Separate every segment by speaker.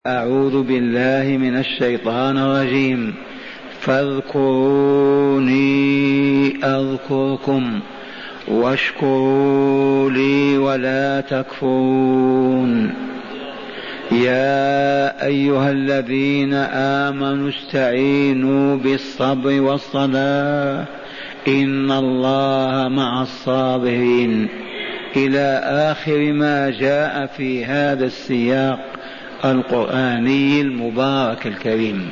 Speaker 1: أعوذ بالله من الشيطان الرجيم. فاذكروني أذكركم واشكروا لي ولا تكفرون. يا أيها الذين آمنوا استعينوا بالصبر والصلاة إن الله مع الصابرين، إلى آخر ما جاء في هذا السياق القرآني المبارك الكريم.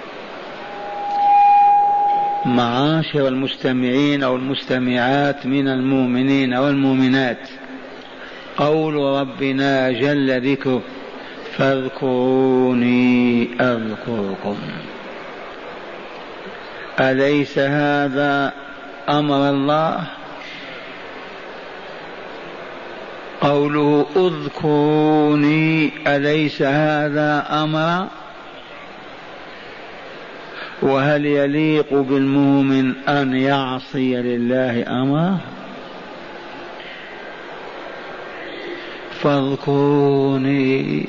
Speaker 1: معاشر المستمعين أو المستمعات من المؤمنين والمؤمنات، قول ربنا جل ذكره: فاذكروني أذكركم. أليس هذا أمر الله؟ قوله اذكروني أليس هذا أمر؟ وهل يليق بالمؤمن أن يعصي لله أمره؟ فاذكروني،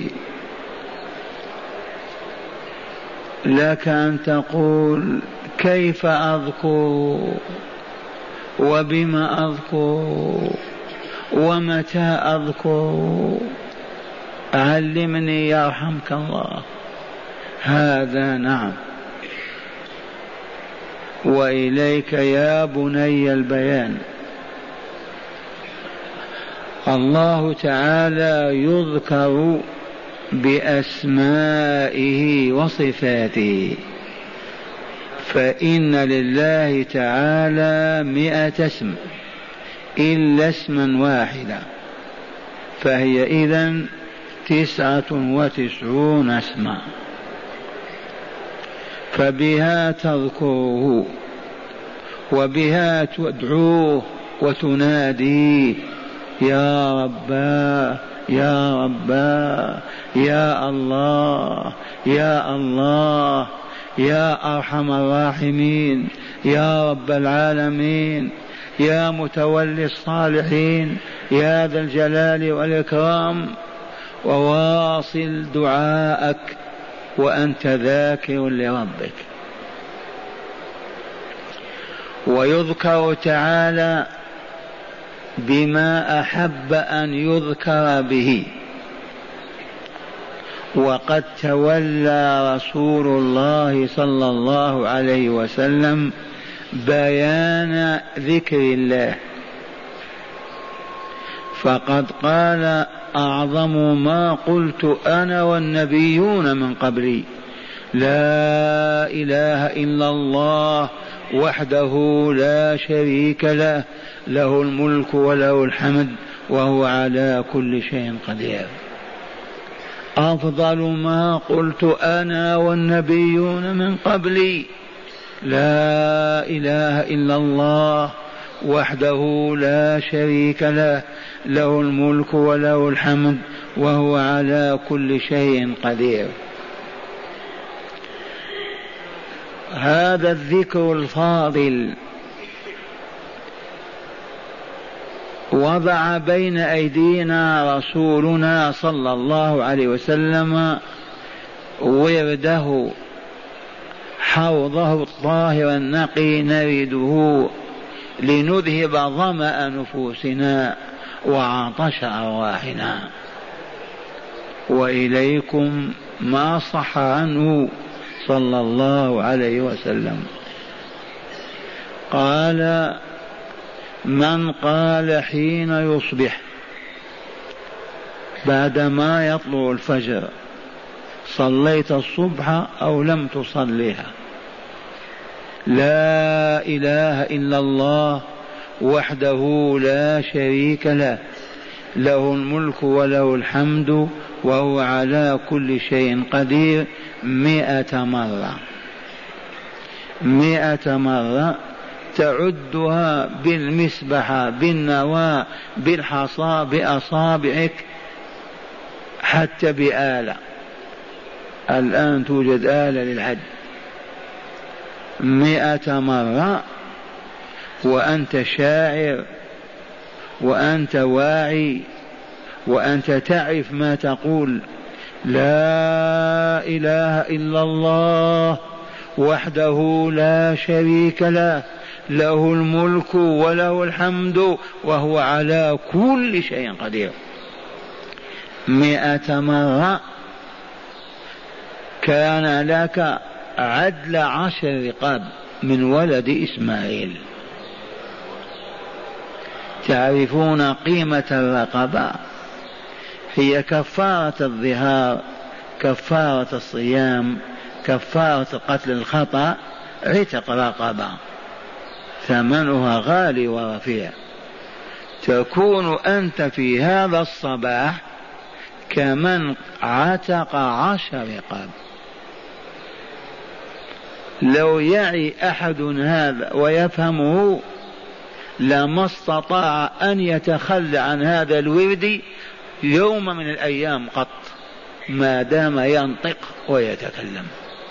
Speaker 1: لك أن تقول كيف أذكر وبما أذكر ومتى أذكر؟ علمني يرحمك الله. هذا نعم، وإليك يا بني البيان. الله تعالى يذكر بأسمائه وصفاته، فإن لله تعالى 100 اسم إلا اسما واحدا، فهي إذن 99 اسما، فبها تذكره وبها تدعوه وتناديه: يا رباه يا رباه، يا الله يا الله، يا أرحم الراحمين، يا رب العالمين، يا متولي الصالحين، يا ذا الجلال والإكرام. وواصل دعاءك وأنت ذاكر لربك. ويذكر تعالى بما أحب أن يذكر به، وقد تولى رسول الله صلى الله عليه وسلم بيان ذكر الله، فقد قال: أعظم ما قلت أنا والنبيون من قبلي لا إله إلا الله وحده لا شريك له، له الملك وله الحمد وهو على كل شيء قدير. أفضل ما قلت أنا والنبيون من قبلي لا إله إلا الله وحده لا شريك له، له الملك وله الحمد وهو على كل شيء قدير. هذا الذكر الفاضل وضع بين أيدينا رسولنا صلى الله عليه وسلم ورده، حوضه الطاهر النقي نرده لنذهب ظمأ نفوسنا وعطش أرواحنا. وإليكم ما صح عنه صلى الله عليه وسلم قال: من قال حين يصبح بعدما يطلع الفجر: صليت الصبح أو لم تصليها، لا إله إلا الله وحده لا شريك له، له الملك وله الحمد وهو على كل شيء قدير، 100 مرة. 100 مرة تعدها بالمسبحة بالنواة بالحصى بأصابعك حتى بآلة. الآن توجد آلة للعد. 100 مرة وأنت شاعر وأنت واعي وأنت تعرف ما تقول. لا إله إلا الله وحده لا شريك له، له الملك وله الحمد وهو على كل شيء قدير. 100 مرة. كان لك عدل 10 رقاب من ولد إسماعيل. تعرفون قيمة الرقبة؟ هي كفارة الظهار، كفارة الصيام، كفارة قتل الخطأ. عتق رقبة ثمنها غالي ورفيع. تكون أنت في هذا الصباح كمن عتق 10 رقاب. لو يعي أحد هذا ويفهمه لما استطاع أن يتخلى عن هذا الورد يوم من الأيام قط، ما دام ينطق ويتكلم.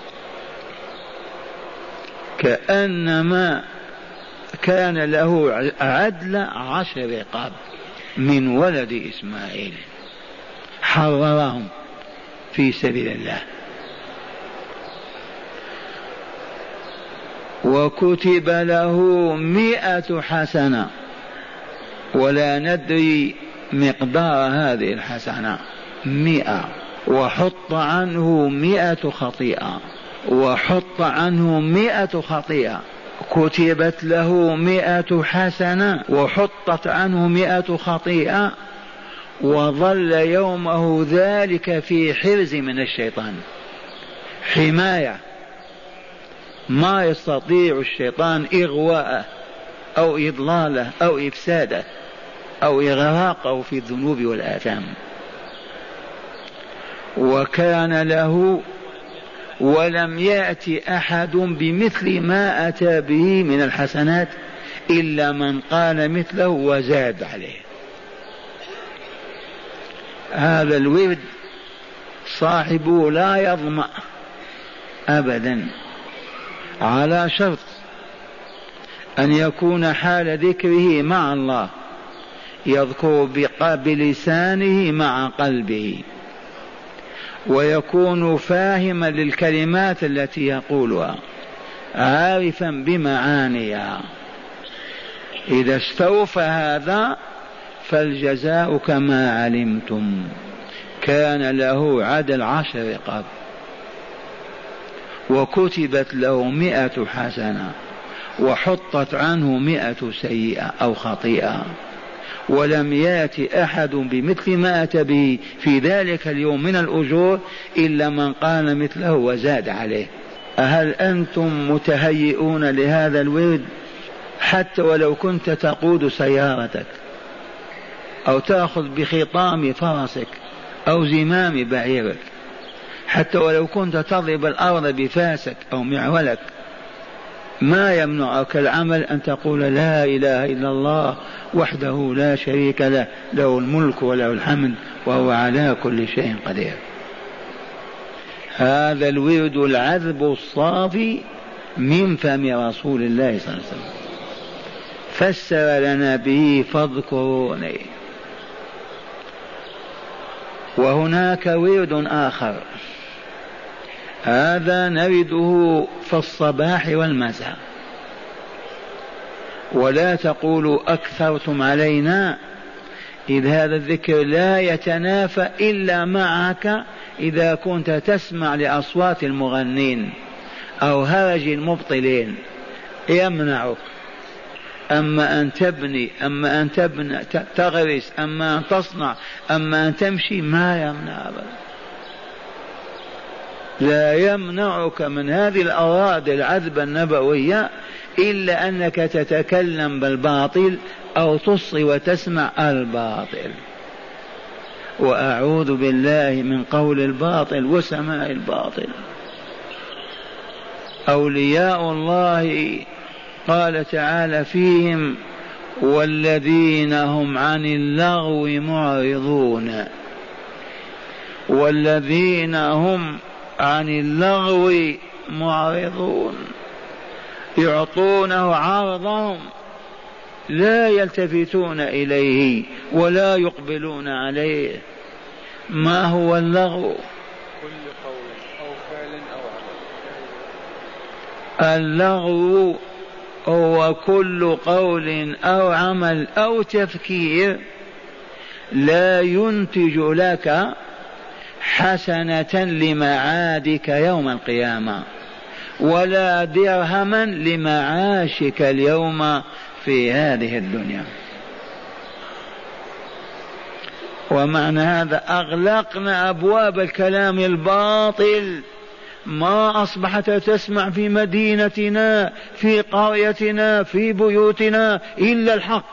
Speaker 1: كأنما كان له عدل 10 رقاب من ولد إسماعيل، حررهم في سبيل الله. وكتب له 100 حسنة، ولا ندري مقدار هذه الحسنة. 100. وحط عنه 100 خطيئة، وحط عنه 100 خطيئة. كتبت له 100 حسنة وحطت عنه 100 خطيئة، وظل يومه ذلك في حرز من الشيطان، حماية. ما يستطيع الشيطان إغواءه أو إضلاله أو إفساده أو إغراقه في الذنوب والآثام. وكان له ولم يأتي أحد بمثل ما أتى به من الحسنات إلا من قال مثله وزاد عليه. هذا الورد صاحبه لا يظمأ أبدا، على شرط أن يكون حال ذكره مع الله، يذكر بلسانه مع قلبه، ويكون فاهما للكلمات التي يقولها، عارفا بمعانيها. إذا استوفى هذا فالجزاء كما علمتم. كان له عدل 10 رقاب، وكتبت له 100 حسنة، وحطت عنه 100 سيئة أو خطيئة. ولم يأتي أحد بمثل ما أتى به في ذلك اليوم من الأجور إلا من قال مثله وزاد عليه. هل أنتم متهيئون لهذا الورد؟ حتى ولو كنت تقود سيارتك أو تأخذ بخطام فرسك أو زمام بعيرك، حتى ولو كنت تضرب الأرض بفاسك أو معولك، ما يمنعك العمل أن تقول لا إله إلا الله وحده لا شريك له، له الملك وله الحمد وهو على كل شيء قدير. هذا الورد العذب الصافي من فم رسول الله صلى الله عليه وسلم، فسر لنا به فاذكروني. وهناك ورد آخر، هذا نرده في الصباح والمساء. ولا تقولوا أكثرتم علينا، إذ هذا الذكر لا يتنافى إلا معك إذا كنت تسمع لأصوات المغنين أو هرج المبطلين يمنعك. أما أن تبني، أما أن تغرس، أما أن تصنع، أما أن تمشي، ما يمنع أبدا. لا يمنعك من هذه الأراضي العذبة النبوية إلا أنك تتكلم بالباطل أو تصغي وتسمع الباطل. وأعوذ بالله من قول الباطل وسماع الباطل. أولياء الله قال تعالى فيهم والذين هم عن اللغو معرضون، والذين هم عن اللغو معرضون، يعطونه عرضهم لا يلتفتون إليه ولا يقبلون عليه. ما هو اللغو؟
Speaker 2: كل قول أو فعل أو عمل.
Speaker 1: اللغو هو كل قول أو عمل أو تفكير لا ينتج لك حسنة لمعادك يوم القيامة ولا درهما لمعاشك اليوم في هذه الدنيا. ومعنى هذا أغلقنا أبواب الكلام الباطل، ما أصبحت تسمع في مدينتنا في قريتنا في بيوتنا إلا الحق.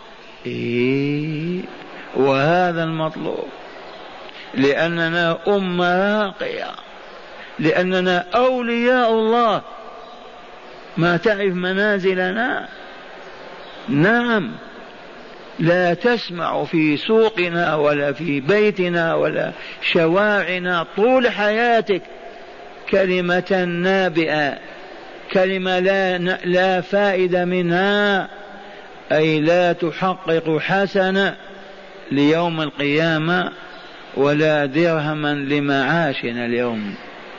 Speaker 1: وهذا المطلوب، لأننا أمة راقية، لأننا أولياء الله، ما تعرف منازلنا. نعم، لا تسمع في سوقنا ولا في بيتنا ولا شوارعنا طول حياتك كلمة نابئة، كلمة لا فائدة منها، أي لا تحقق حسنة ليوم القيامة ولا درهما لمعاشنا اليوم.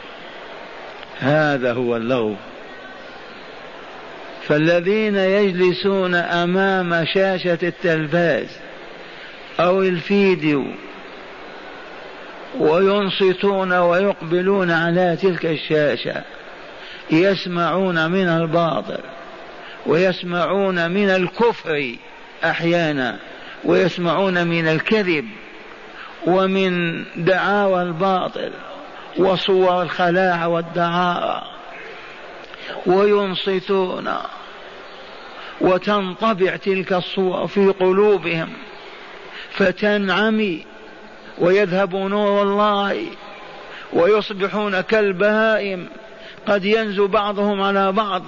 Speaker 1: هذا هو اللغو. فالذين يجلسون أمام شاشة التلفاز أو الفيديو وينصتون ويقبلون على تلك الشاشة يسمعون من الباطل ويسمعون من الكفر أحيانا ويسمعون من الكذب ومن دعاوى الباطل وصور الخلاع والدعارة، وينصتون وتنطبع تلك الصور في قلوبهم فتنعمي ويذهب نور الله ويصبحون كالبهائم قد ينزو بعضهم على بعض.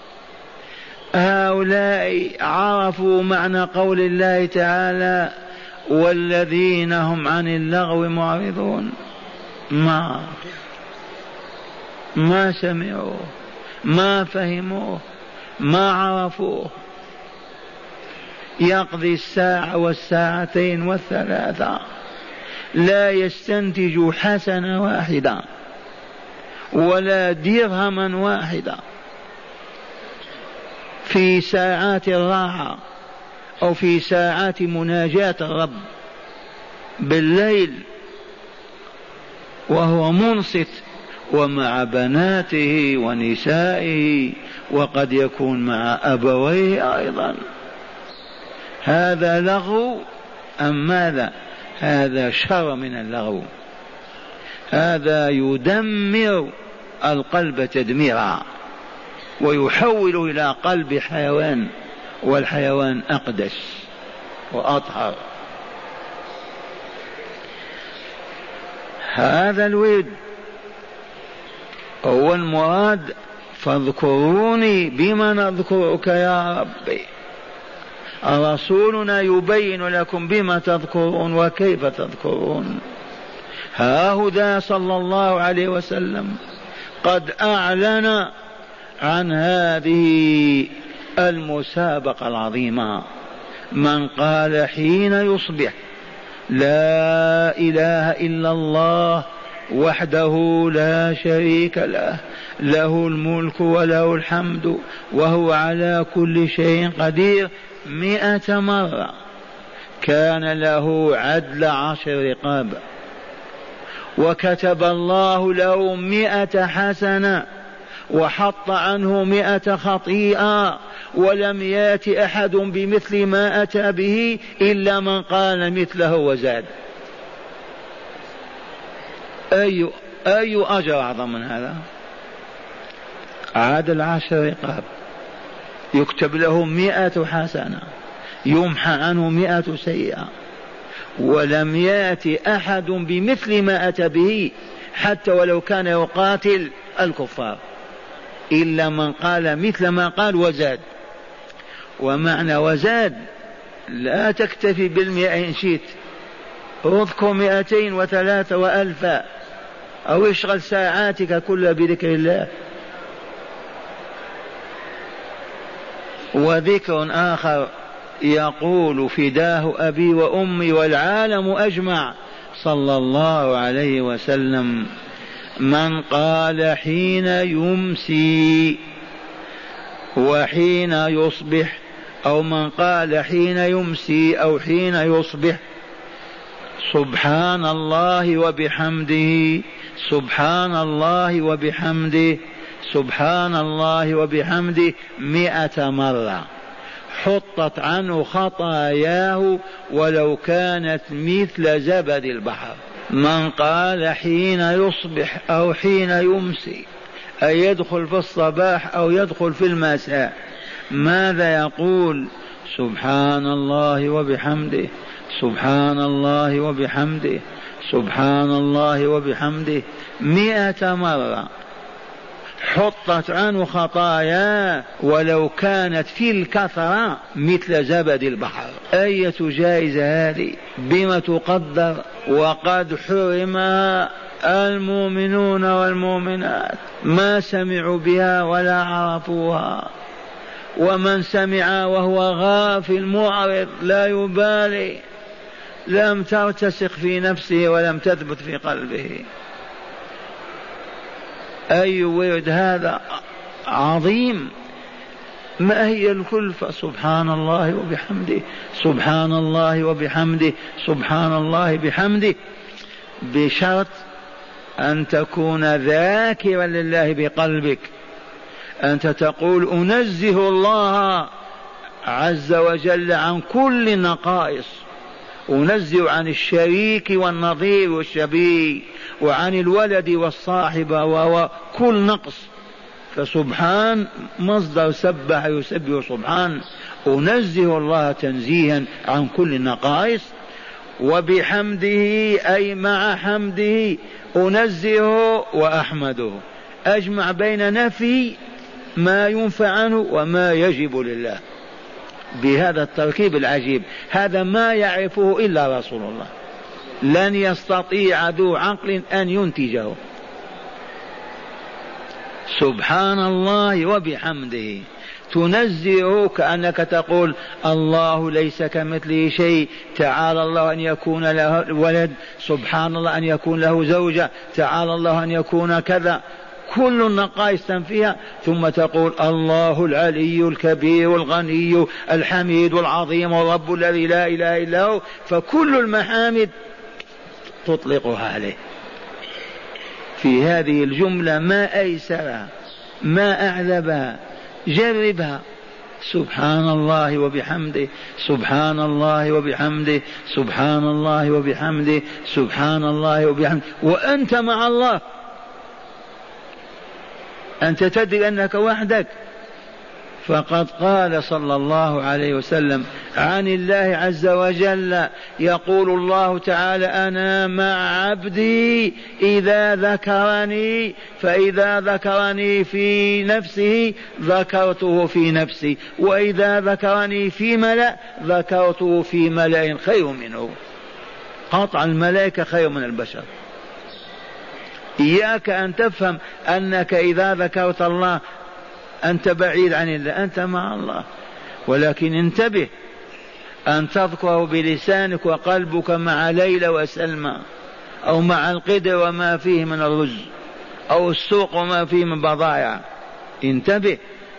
Speaker 1: هؤلاء عرفوا معنى قول الله تعالى والذين هم عن اللغو معرضون. ما سمعوه، ما فهموه، ما عرفوه. يقضي الساعة والساعتين والثلاثة لا يستنتج حسنة واحدة ولا درهما واحدة في ساعات الراحة أو في ساعات مناجاة الرب بالليل وهو منصت ومع بناته ونسائه وقد يكون مع أبويه أيضا. هذا لغو أم ماذا؟ هذا شر من اللغو. هذا يدمر القلب تدميرا ويحول إلى قلب حيوان، والحيوان أقدس وأطهر. هذا الود هو المراد. فاذكروني بما نذكرك يا ربي. رسولنا يبين لكم بما تذكرون وكيف تذكرون. هاهذا صلى الله عليه وسلم قد أعلن عن هذه المسابقة العظيمة. من قال حين يصبح لا إله إلا الله وحده لا شريك له، له الملك وله الحمد وهو على كل شيء قدير 100 مرة، كان له عدل 10 رقاب، وكتب الله له 100 حسنة، وحط عنه 100 خطيئة، ولم يات أحد بمثل ما أتى به إلا من قال مثله وزاد. أي أجر أعظم من هذا؟ عدل 10 رقاب، يكتب له 100 حسنة، يمحى عنه 100 سيئة، ولم يات أحد بمثل ما أتى به حتى ولو كان يقاتل الكفار إلا من قال مثل ما قال وزاد. ومعنى وزاد لا تكتفي بال100 إن شئت، اذكر 200 و3 و1000 أو اشغل ساعاتك كلها بذكر الله. وذكر آخر يقول فداه أبي وأمي والعالم أجمع صلى الله عليه وسلم: من قال حين يمسي وحين يصبح، أو من قال حين يمسي أو حين يصبح: سبحان الله وبحمده، سبحان الله وبحمده، سبحان الله وبحمده 100 مرة، حطت عنه خطاياه ولو كانت مثل زبد البحر. من قال حين يصبح أو حين يمسي، أي يدخل في الصباح أو يدخل في المساء، ماذا يقول؟ سبحان الله وبحمده، سبحان الله وبحمده، سبحان الله وبحمده 100 مرة، حطت عنه خطاياه ولو كانت في الكثرة مثل زبد البحر. أية جائزة هذه؟ بما تقدر؟ وقد حرمها المؤمنون والمؤمنات، ما سمعوا بها ولا عرفوها، ومن سمع وهو غافل معرض لا يبالي، لم ترتسخ في نفسه ولم تثبت في قلبه. أي ورد هذا عظيم! ما هي الكلفة؟ سبحان الله وبحمده، سبحان الله وبحمده، سبحان الله بحمده، بشرط أن تكون ذاكرا لله بقلبك. أنت تقول: أنزه الله عز وجل عن كل النقائص، أنزه عن الشريك والنظير والشبيه، وعن الولد والصاحبة وكل نقص. فسبحان مصدر سبح يسبح سبحان، أنزه الله تنزيها عن كل النقائص. وبحمده أي مع حمده أنزهه وأحمده، أجمع بين نفي ما ينفع عنه وما يجب لله بهذا التركيب العجيب. هذا ما يعرفه إلا رسول الله، لن يستطيع ذو عقل أن ينتجه. سبحان الله وبحمده تنزهه كأنك تقول: الله ليس كمثله شيء، تعالى الله أن يكون له ولد، سبحان الله أن يكون له زوجة، تعالى الله أن يكون كذا، كل النقائص تنفيها، ثم تقول: الله العلي الكبير الغني الحميد العظيم الرب الذي لا إله إلا هو. فكل المحامد تطلقها عليه. في هذه الجملة ما أيسرها ما أعذبها، جربها. سبحان الله وبحمده، سبحان الله وبحمده، سبحان الله وبحمده، سبحان الله وبحمده، وأنت مع الله. أنت تدري أنك وحدك. فقد قال صلى الله عليه وسلم عن الله عز وجل، يقول الله تعالى: أنا مع عبدي إذا ذكرني، فإذا ذكرني في نفسه ذكرته في نفسي، وإذا ذكرني في ملأ ذكرته في ملأ خير منه. قطع الملائكة خير من البشر. إياك أن تفهم أنك إذا ذكرت الله أنت بعيد عن الله، أنت مع الله. ولكن انتبه أن تذكره بلسانك وقلبك مع ليلى وسلمى، أو مع القدر وما فيه من الرز، أو السوق وما فيه من بضائع. انتبه،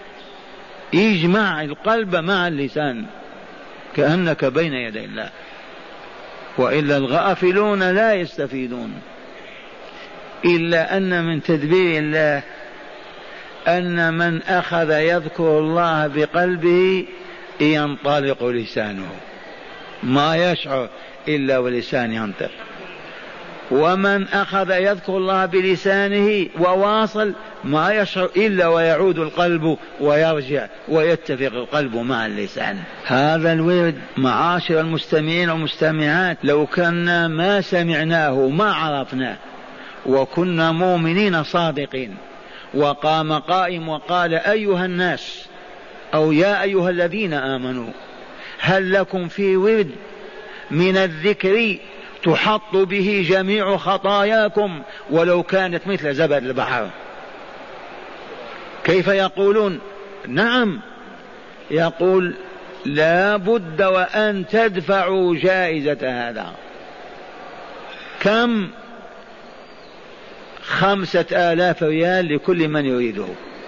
Speaker 1: اجمع القلب مع اللسان كأنك بين يدي الله، وإلا الغافلون لا يستفيدون. إلا أن من تدبير الله أن من أخذ يذكر الله بقلبه ينطلق لسانه، ما يشعر إلا ولسان ينطق. ومن أخذ يذكر الله بلسانه وواصل ما يشعر إلا ويعود القلب ويرجع ويتفق القلب مع اللسان. هذا الورد معاشر المستمعين والمستمعات لو كنا ما سمعناه ما عرفناه وكنا مؤمنين صادقين، وقام قائم وقال: أيها الناس، أو يا أيها الذين آمنوا، هل لكم في ورد من الذكر تحط به جميع خطاياكم ولو كانت مثل زبد البحر؟ كيف يقولون؟ نعم، يقول: لا بد وأن تدفعوا جائزة هذا. كم؟ 5000 ريال لكل من يريده.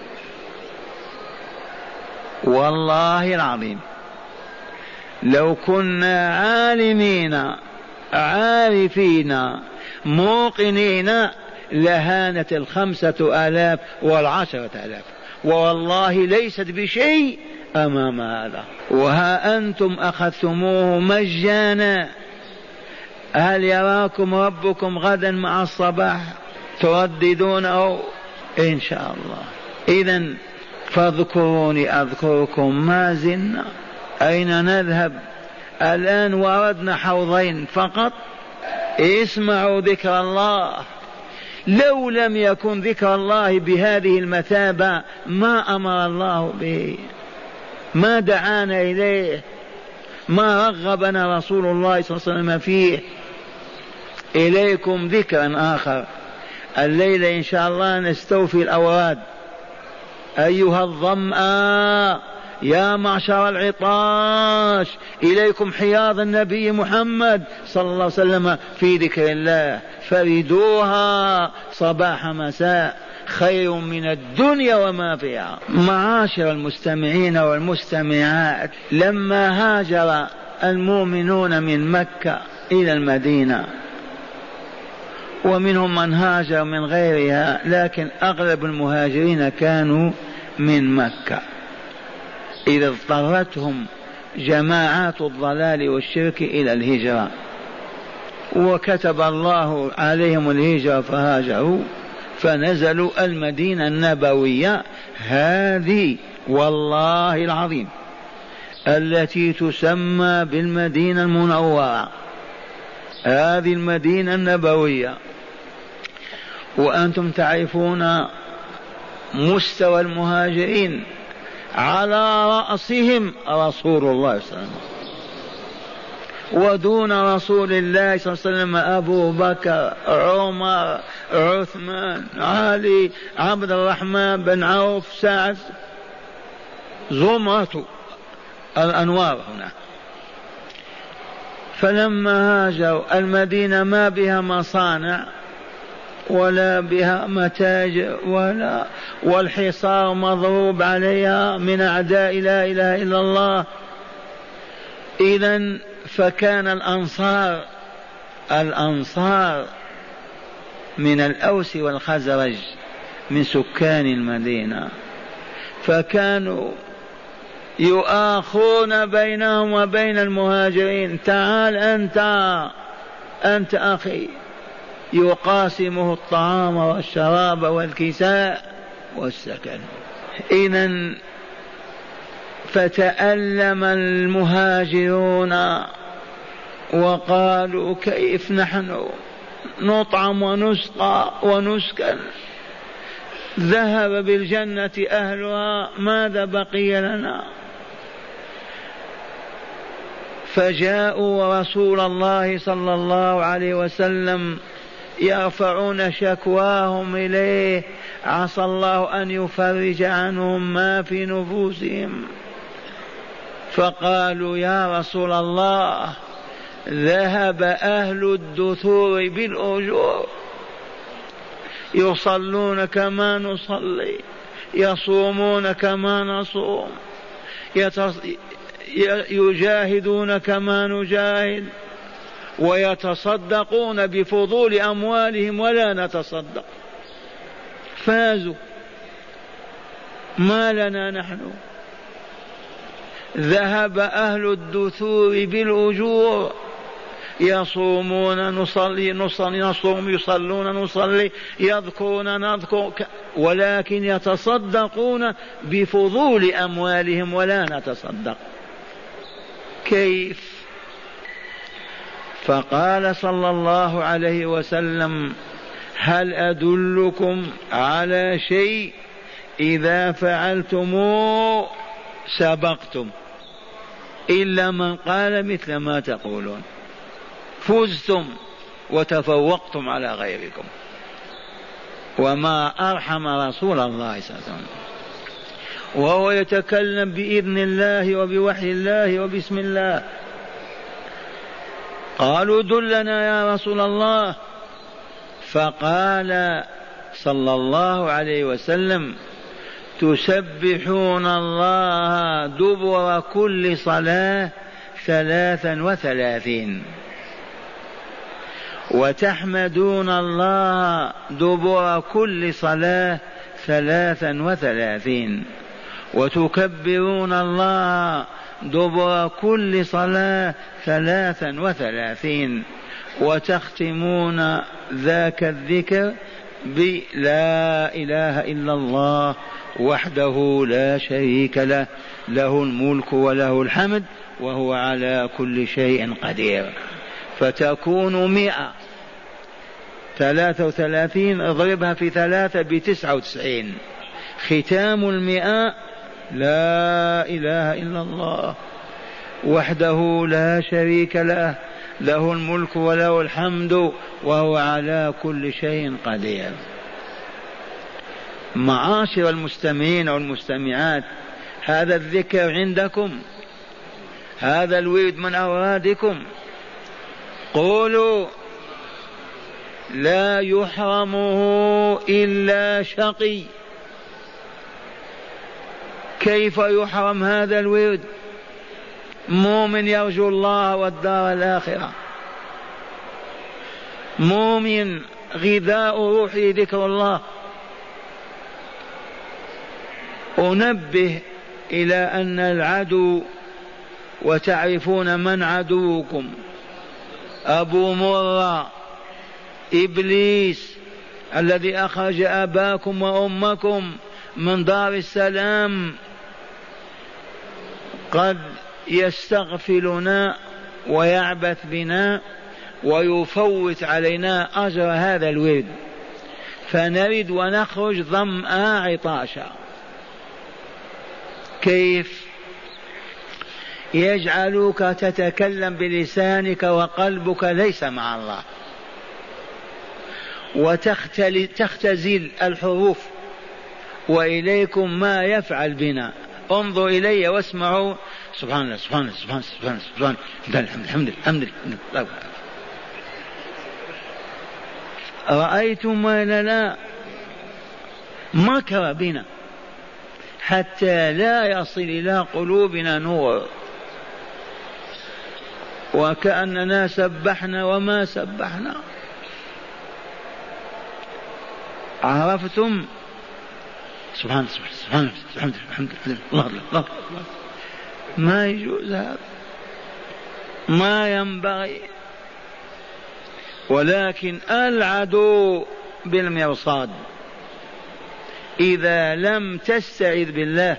Speaker 1: والله العظيم لو كنا عالمين عارفين موقنين لهانت 5000 و10,000، والله ليست بشيء أمام هذا. وها أنتم أخذتموه مجانا، هل يراكم ربكم غدا مع الصباح ترددونه؟ إن شاء الله. إذن فاذكروني أذكركم، ما زلنا. أين نذهب الآن؟ وردنا حوضين فقط. اسمعوا ذكر الله. لو لم يكن ذكر الله بهذه المثابة ما أمر الله به، ما دعانا إليه، ما رغبنا رسول الله صلى الله عليه وسلم فيه. إليكم ذكرا آخر الليلة إن شاء الله نستوفي الأوراد. أيها الظمآ يا معشر العطاش، إليكم حياض النبي محمد صلى الله عليه وسلم في ذكر الله، فردوها صباح مساء، خير من الدنيا وما فيها. معاشر المستمعين والمستمعات، لما هاجر المؤمنون من مكة إلى المدينة، ومنهم من هاجر من غيرها، لكن أغلب المهاجرين كانوا من مكة، إذا اضطرتهم جماعات الضلال والشرك إلى الهجرة، وكتب الله عليهم الهجرة فهاجروا فنزلوا المدينة النبوية هذه والله العظيم التي تسمى بالمدينة المنورة، هذه المدينة النبوية. وأنتم تعرفون مستوى المهاجرين، على رأسهم رسول الله صلى الله عليه وسلم، ودون رسول الله صلى الله عليه وسلم أبو بكر، عمر، عثمان، علي، عبد الرحمن بن عوف، سعد، زمرة الأنوار هنا. فلما هاجروا المدينة ما بها مصانع ولا بها متاجر والحصار مضروب عليها من أعداء لا إله إلا الله. إذن فكان الأنصار من الأوس والخزرج من سكان المدينة، فكانوا يؤاخون بينهم وبين المهاجرين، تعال أنت أخي، يقاسمه الطعام والشراب والكساء والسكن. إذن فتألم المهاجرون وقالوا كيف نحن نطعم ونسقى ونسكن، ذهب بالجنة أهلها، ماذا بقي لنا؟ فجاءوا رسول الله صلى الله عليه وسلم يرفعون شكواهم إليه، عسى الله أن يفرج عنهم ما في نفوسهم. فقالوا يا رسول الله ذهب أهل الدثور بالأجور، يصلون كما نصلي، يصومون كما نصوم، يجاهدون كما نجاهد، ويتصدقون بفضول أموالهم ولا نتصدق، فازوا، ما لنا نحن؟ ذهب أهل الدثور بالأجور، يصومون نصلي نصوم، يصلون نصلي، يذكرون نذكر، ولكن يتصدقون بفضول أموالهم ولا نتصدق، كيف؟ فقال صلى الله عليه وسلم هل أدلكم على شيء إذا فعلتموه سبقتم، إلا من قال مثل ما تقولون، فزتم وتفوقتم على غيركم. وما أرحم رسول الله صلى الله عليه وسلم وهو يتكلم بإذن الله وبوحي الله وبسم الله. قالوا دلنا يا رسول الله فقال صلى الله عليه وسلم تسبحون الله دبر كل صلاة 33 وتحمدون الله دبر كل صلاة 33 وتكبرون الله دبر كل صلاة 33 وتختمون ذاك الذكر بلا إله إلا الله وحده لا شريك له له الملك وله الحمد وهو على كل شيء قدير. فتكون 100. 33 اضربها في 3 ب99. ختام 100 لا إله إلا الله وحده لا شريك له له الملك وله الحمد وهو على كل شيء قدير. معاشر المستمعين والمستمعات، هذا الذكر عندكم، هذا الورد من أورادكم، قولوا لا يحرمه إلا شقي. كيف يحرم هذا الورد؟ مؤمن يرجو الله والدار الآخرة، مؤمن غذاء روحه ذكر الله. أنبه إلى أن العدو، وتعرفون من عدوكم، أبو مرة إبليس الذي أخرج أباكم وأمكم من دار السلام، قد يستغفلنا ويعبث بنا ويفوت علينا أجر هذا الورد، فنرد ونخرج ظمآ عطاشا. كيف؟ يجعلوك تتكلم بلسانك وقلبك ليس مع الله، وتختزل الحروف. وإليكم ما يفعل بنا، انظروا إلي واسمعوا. سبحان الله سبحان الله سبحان الله سبحان الله سبحان الله الحمد لله الحمد لله. رأيتم ولا لا؟ مكر بنا حتى لا يصل إلى قلوبنا نور، وكأننا سبحنا وما سبحنا. عرفتم؟ سبحان الله سبحان الله الحمد لله الله الله. ما يجوز هذا، ما ينبغي. ولكن العدو بالمرصاد، إذا لم تستعذ بالله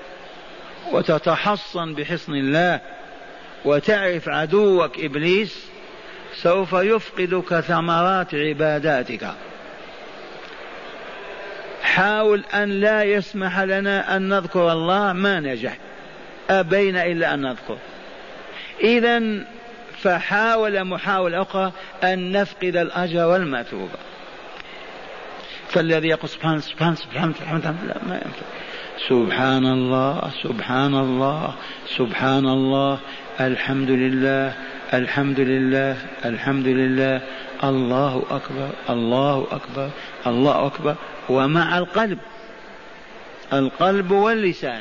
Speaker 1: وتتحصن بحصن الله وتعرف عدوك إبليس، سوف يفقدك ثمرات عباداتك. حاول أن لا يسمح لنا أن نذكر الله، ما نجح، أبينا إلا أن نذكر. إذن فحاول محاولة أخرى أن نفقد الأجر والمثوبة. فالذي يقول سبحان سبحان سبحان لا ما ينفع. سبحان الله سبحان الله سبحان الله الحمد لله الحمد لله الحمد لله الله أكبر الله أكبر الله أكبر، ومع القلب واللسان.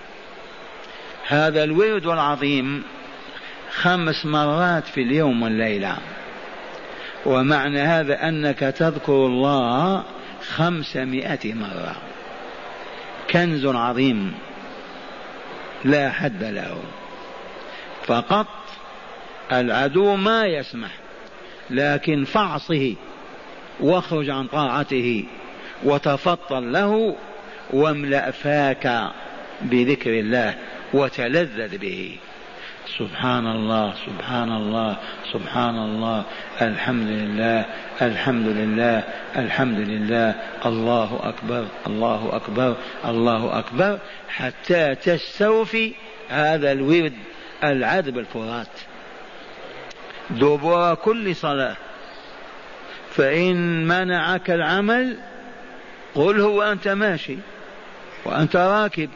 Speaker 1: هذا الورد العظيم 5 مرات في اليوم والليلة، ومعنى هذا أنك تذكر الله 500 مرة. كنز عظيم لا حد له. فقط العدو ما يسمح، لكن فاعصه واخرج عن طاعته وتفطن له، واملأ فاك بذكر الله وتلذذ به. سبحان الله سبحان الله سبحان الله الحمد لله الحمد لله الحمد لله الله أكبر الله أكبر الله أكبر، حتى تستوفي هذا الورد العذب الفرات دبر كل صلاة. فإن منعك العمل قل هو أنت ماشي وأنت راكب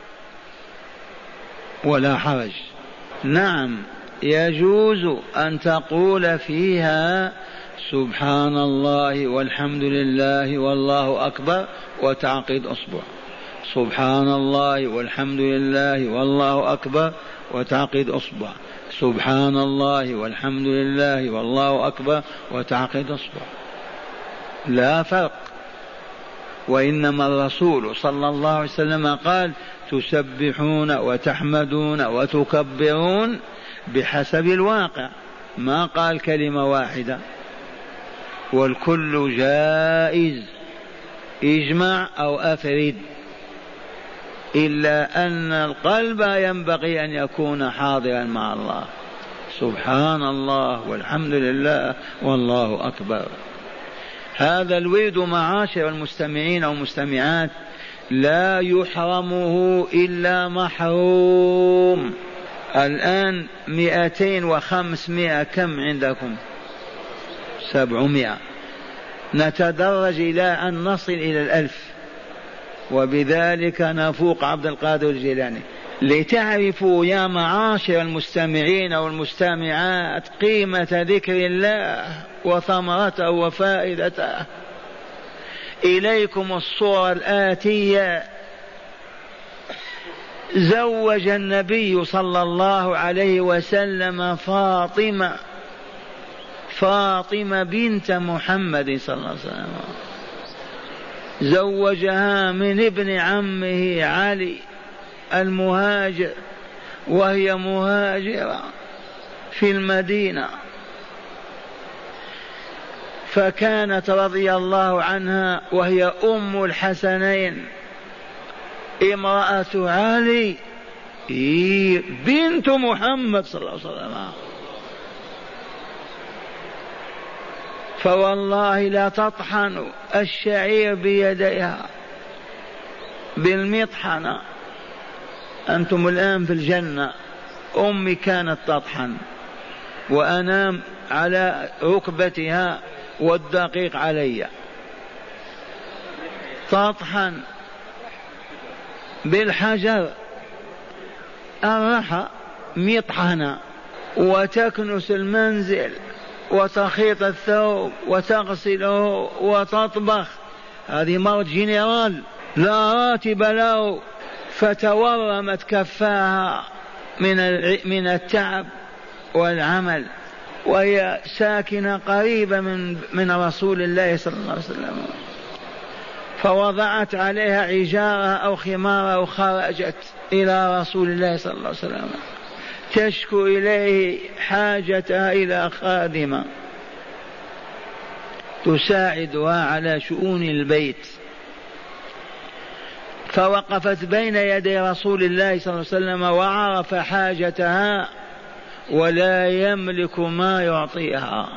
Speaker 1: ولا حرج. نعم يجوز أن تقول فيها سبحان الله والحمد لله والله أكبر وتعقيد أصبع، سبحان الله والحمد لله والله أكبر وتعقيد أصبع، سبحان الله والحمد لله والله أكبر وتعقيد أصبع، لا فرق. وإنما الرسول صلى الله عليه وسلم قال تسبحون وتحمدون وتكبرون بحسب الواقع، ما قال كلمة واحدة، والكل جائز، اجمع أو أفرد، إلا أن القلب ينبغي أن يكون حاضرا مع الله. سبحان الله والحمد لله والله أكبر. هذا الورد معاشر المستمعين والمستمعات لا يحرمه إلا محروم. الآن 200 و500 كم عندكم؟ 700. نتدرج إلى أن نصل إلى 1000، وبذلك نفوق عبد القادر الجيلاني. لتعرفوا يا معاشر المستمعين والمستمعات قيمة ذكر الله وثمرته وفائدته، إليكم الصورة الآتية. زوج النبي صلى الله عليه وسلم فاطمة بنت محمد صلى الله عليه وسلم، زوجها من ابن عمه علي المهاجر، وهي مهاجرة في المدينة، فكانت رضي الله عنها وهي أم الحسنين امرأة علي بنت محمد صلى الله عليه وسلم. فوالله لا تطحن الشعير بيديها بالمطحنة. أنتم الآن في الجنة، أمي كانت تطحن وأنام على ركبتها والدقيق علي، تطحن بالحجر الرحى مطحنة، وتكنس المنزل وتخيط الثوب وتغسله وتطبخ. هذه مرض جنرال لا راتب له، فتورمت كفاها من التعب والعمل، وهي ساكنة قريبة من رسول الله صلى الله عليه وسلم، فوضعت عليها عجارها أو خمارها وخرجت إلى رسول الله صلى الله عليه وسلم تشكو إليه حاجتها إلى خادمة تساعدها على شؤون البيت. فوقفت بين يدي رسول الله صلى الله عليه وسلم وعرف حاجتها ولا يملك ما يعطيها،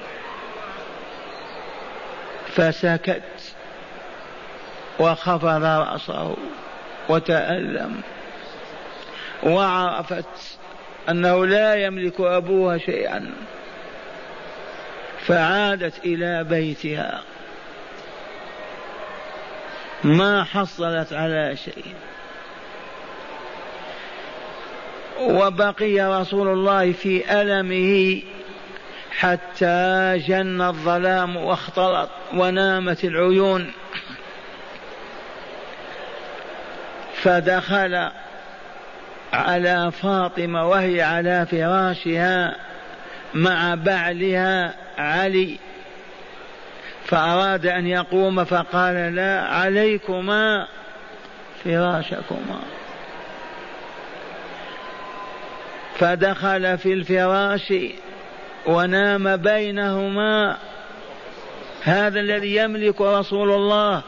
Speaker 1: فسكت وخفض رأسه وتألم، وعرفت أنه لا يملك أبوها شيئا، فعادت إلى بيتها ما حصلت على شيء. وبقي رسول الله في ألمه حتى جن الظلام واختلط ونامت العيون، فدخل على فاطمة وهي على فراشها مع بعلها علي، فأراد أن يقوم فقال لا، عليكما فراشكما. فدخل في الفراش ونام بينهما، هذا الذي يملك رسول الله،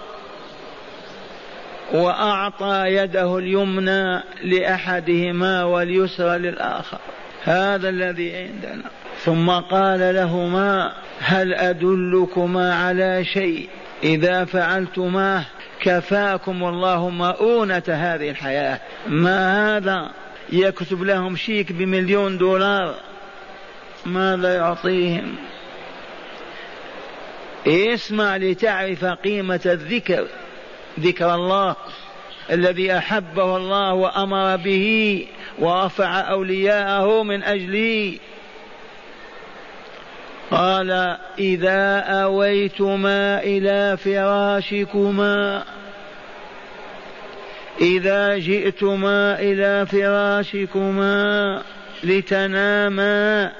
Speaker 1: وأعطى يده اليمنى لأحدهما واليسرى للآخر، هذا الذي عندنا. ثم قال لهما هل أدلكما على شيء إذا فعلتماه كفاكم الله مؤونة هذه الحياة؟ ما هذا يكتب لهم شيك ب1,000,000 ماذا يعطيهم؟ اسمع لتعرف قيمة الذكر، ذكر الله الذي أحبه الله وأمر به ورفع أولياءه من أجله. قال إذا أويتما إلى فراشكما، إذا جئتما إلى فراشكما لتناما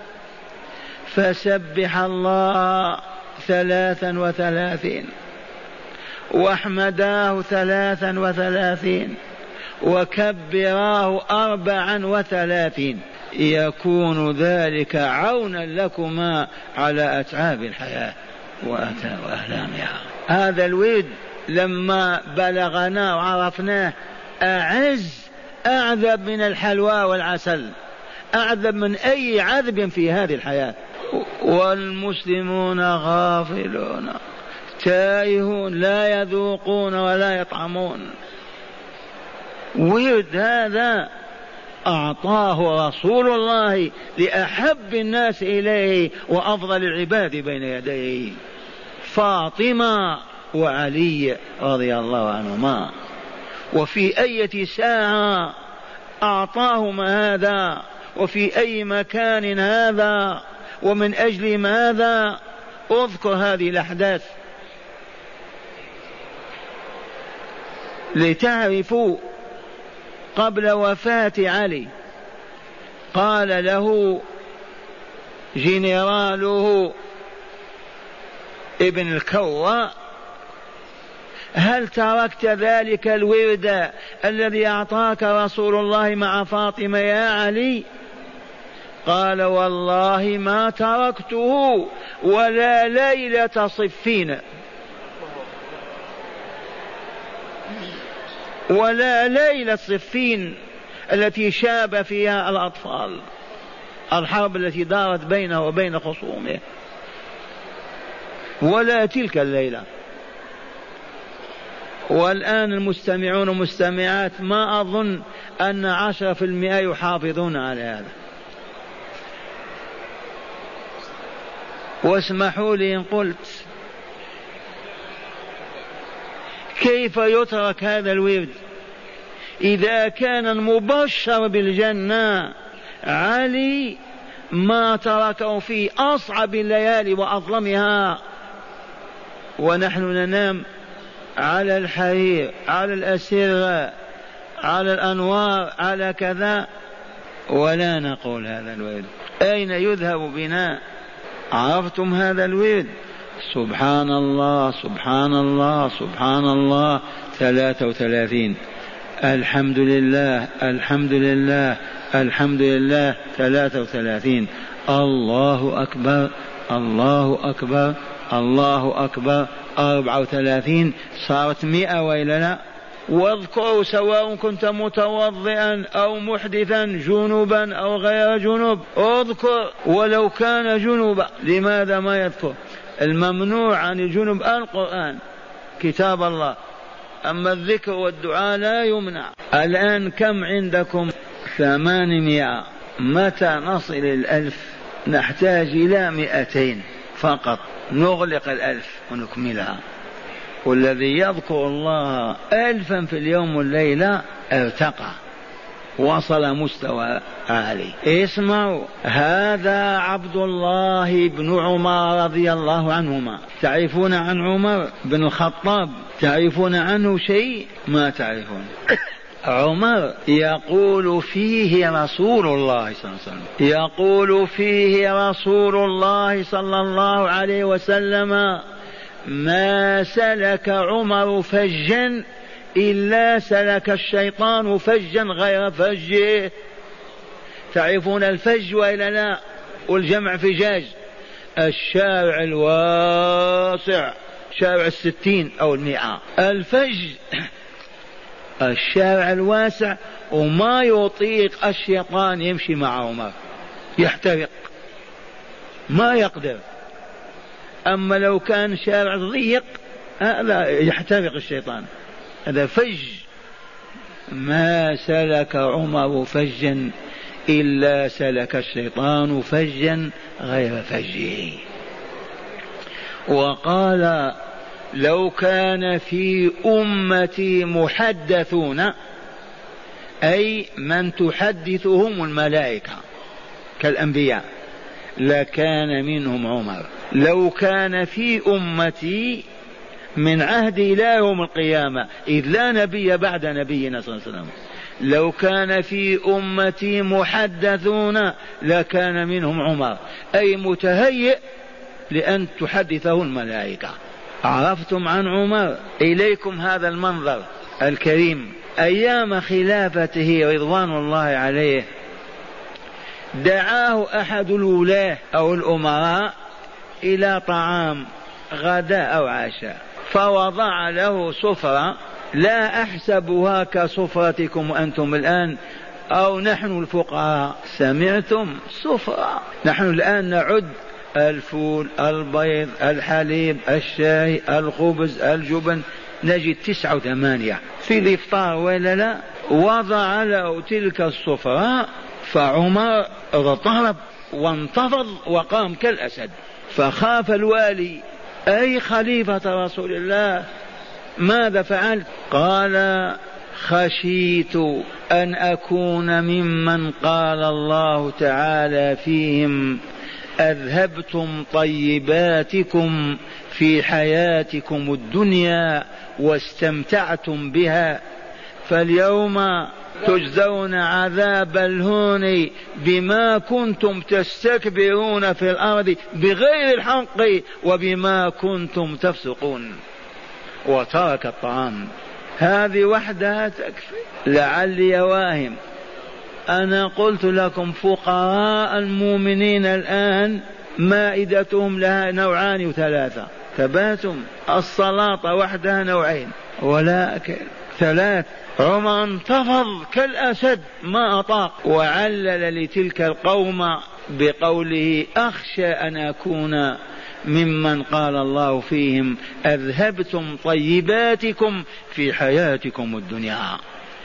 Speaker 1: فسبح الله 33 واحمداه 33 وكبراه 34 يكون ذلك عونا لكما على أتعاب الحياة وأهلامها. هذا الورد لما بلغنا وعرفناه أعز أعذب من الحلوى والعسل، أعذب من أي عذب في هذه الحياة. والمسلمون غافلون تائهون لا يذوقون ولا يطعمون. ورد هذا أعطاه رسول الله لأحب الناس إليه وأفضل العباد بين يديه، فاطمة وعلي رضي الله عنهما. وفي أي ساعة أعطاهما هذا، وفي أي مكان هذا، ومن أجل ماذا؟ أذكر هذه الأحداث لتعرفوا. قبل وفاة علي قال له جنراله ابن الكوى: هل تركت ذلك الورد الذي أعطاك رسول الله مع فاطمة يا علي؟ قال: والله ما تركته ولا ليلة صفين، ولا ليلة صفين التي شاب فيها الأطفال، الحرب التي دارت بينه وبين خصومه، ولا تلك الليلة. والآن المستمعون والمستمعات ما أظن أن 10% يحافظون على هذا. واسمحوا لي إن قلت: كيف يترك هذا الورد إذا كان المبشر بالجنة علي ما تركه في أصعب الليالي وأظلمها، ونحن ننام على الحرير، على الأسرة، على الأنوار، على كذا، ولا نقول هذا الورد. أين يذهب بنا؟ عرفتم هذا الورد؟ سبحان الله سبحان الله سبحان الله 33، الحمد لله الحمد لله الحمد لله 33، الله أكبر الله أكبر الله أكبر 34، صارت 100 وإلا لا؟ واذكروا سواء كنت متوضئا أو محدثا جنوبا أو غير جنوب، اذكر ولو كان جنوبا. لماذا ما يذكر؟ الممنوع عن الجنوب القرآن كتاب الله، أما الذكر والدعاء لا يمنع. الآن كم عندكم؟ 800. متى نصل 1000؟ نحتاج إلى 200 فقط، نغلق 1000 ونكملها. والذي يذكر الله 1000 في اليوم والليلة ارتقى، وصل مستوى عالي. اسمعوا، هذا عبد الله بن عمر رضي الله عنهما. تعرفون عن عمر بن الخطاب؟ تعرفون عنه شيء؟ ما تعرفون. عمر يقول فيه رسول الله صلى الله عليه وسلم، يقول فيه رسول الله صلى الله عليه وسلم: ما سلك عمر فجا إلا سلك الشيطان فجا غير فجه. تعرفون الفج وإلا لا؟ والجمع فجاج، الشارع الواسع، شارع 60 أو 100. الفج الشارع الواسع، وما يطيق الشيطان يمشي مع عمر، يحترق ما يقدر. أما لو كان شارع ضيق لا يحترق الشيطان، هذا فج. ما سلك عمر فجا إلا سلك الشيطان فجا غير فجه. وقال: لو كان في أمتي محدثون، أي من تحدثهم الملائكة كالأنبياء، لكان منهم عمر. لو كان في أمتي من عهد إلى يوم القيامة، إذ لا نبي بعد نبينا صلى الله عليه وسلم، لو كان في أمتي محدثون لكان منهم عمر، أي متهيئ لأن تحدثه الملائكة. عرفتم عن عمر؟ إليكم هذا المنظر الكريم. أيام خلافته رضوان الله عليه دعاه أحد الولاة أو الأمراء إلى طعام غداء أو عشاء، فوضع له سفرة لا أحسبها كسفرتكم أنتم الآن أو نحن الفقراء، سمعتم؟ سفرة. نحن الآن نعد الفول، البيض، الحليب، الشاي، الخبز، الجبن، نجد 9 و8 في الإفطار ولا لا؟ وضع له تلك السفرة، فعمر اضطرب وانتفض وقام كالأسد، فخاف الوالي: أي خليفة رسول الله ماذا فعلت؟ قال: خشيت أن أكون ممن قال الله تعالى فيهم: أذهبتم طيباتكم في حياتكم الدنيا واستمتعتم بها، فاليوم تجزون عذاب الهون بما كنتم تستكبرون في الأرض بغير الحق وبما كنتم تفسقون. وترك الطعام. هذه وحدها تكفي. لعلي واهم، أنا قلت لكم فقراء المؤمنين الآن مائدتهم لها 2 و3، ثباتم. الصلاة وحدها 2 ولكن 3. عمر انتفض كالأسد ما أطاق، وعلل لتلك القوم بقوله: أخشى أن أكون ممن قال الله فيهم: أذهبتم طيباتكم في حياتكم الدنيا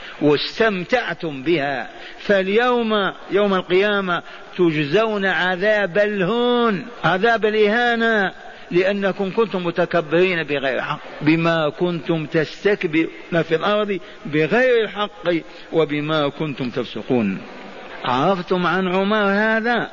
Speaker 1: واستمتعتم بها، فاليوم يوم القيامة تجزون عذاب الهون، عذاب الإهانة، لأنكم كنتم متكبرين بغير حق، بما كنتم تستكبرون في الأرض بغير الحق وبما كنتم تفسقون. عرفتم عن عمر هذا؟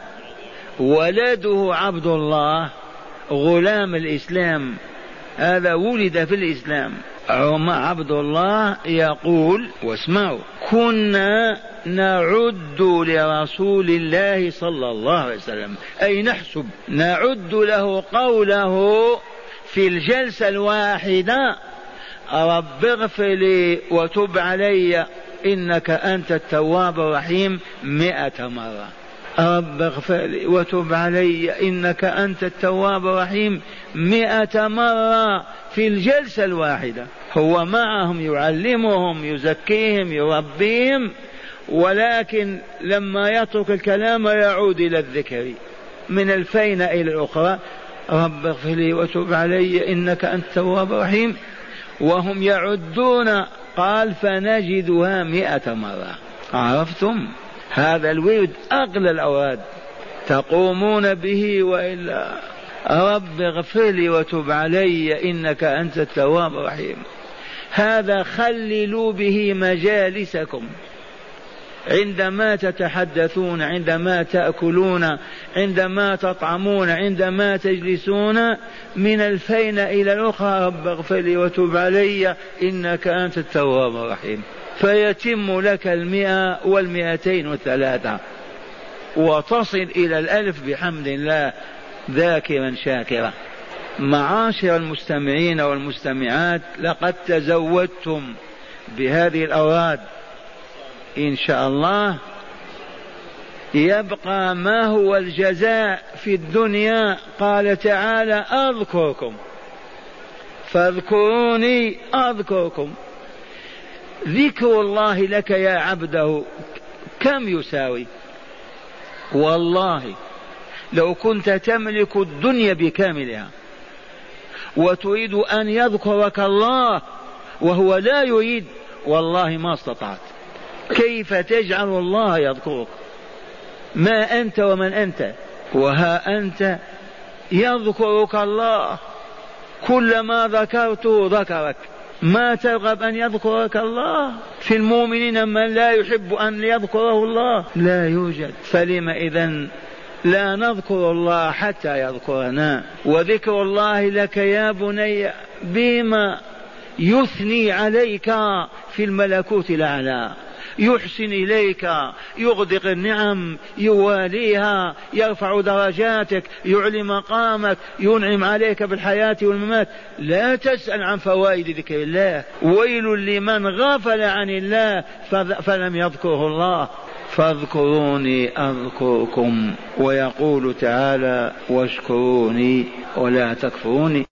Speaker 1: ولده عبد الله غلام الإسلام، هذا ولد في الإسلام. عمر عبد الله يقول، واسمعوا: كنا نعد لرسول الله صلى الله عليه وسلم، أي نحسب، نعد له قوله في الجلسة الواحدة: رب اغفر لي وتب علي إنك أنت التواب الرحيم 100 مرة. رب اغفر لي وتب علي إنك أنت التواب الرحيم 100 مرة في الجلسة الواحدة. هو معهم يعلمهم يزكيهم يربيهم، ولكن لما يترك الكلام يعود إلى الذكر من الفينة إلى الأخرى: رب اغفر لي وتب علي إنك أنت التواب الرحيم، وهم يعدون. قال: فنجدها 100 مرة. عرفتم؟ هذا الورد أغلى الأوراد تقومون به، وإلا رب اغفر لي وتب علي إنك أنت التواب الرحيم. هذا خللوا به مجالسكم، عندما تتحدثون، عندما تأكلون، عندما تطعمون، عندما تجلسون، من الفينة إلى الأخرى: رب اغفر لي وتب علي إنك أنت التواب الرحيم، فيتم لك 100 و200 و3، وتصل إلى 1000 بحمد الله ذاكرا شاكرا. معاشر المستمعين والمستمعات، لقد تزودتم بهذه الأوراد إن شاء الله. يبقى ما هو الجزاء في الدنيا؟ قال تعالى: أذكركم فاذكروني أذكركم. ذكر الله لك يا عبده كم يساوي؟ والله لو كنت تملك الدنيا بكاملها وتريد أن يذكرك الله وهو لا يريد، والله ما استطعت. كيف تجعل الله يذكرك؟ ما أنت ومن أنت؟ وها أنت يذكرك الله، كلما ذكرته ذكرك. ما ترغب أن يذكرك الله؟ في المؤمنين من لا يحب أن يذكره الله؟ لا يوجد. فلما إذن لا نذكر الله حتى يذكرنا. وذكر الله لك يا بني بما يثني عليك في الملكوت الأعلى، يحسن إليك، يغدق النعم، يواليها، يرفع درجاتك، يعلي مقامك، ينعم عليك بالحياة والممات. لا تسأل عن فوائد ذكر الله. ويل لمن غفل عن الله فلم يذكره الله. فاذكروني أذكركم. ويقول تعالى واشكروني ولا تكفروني.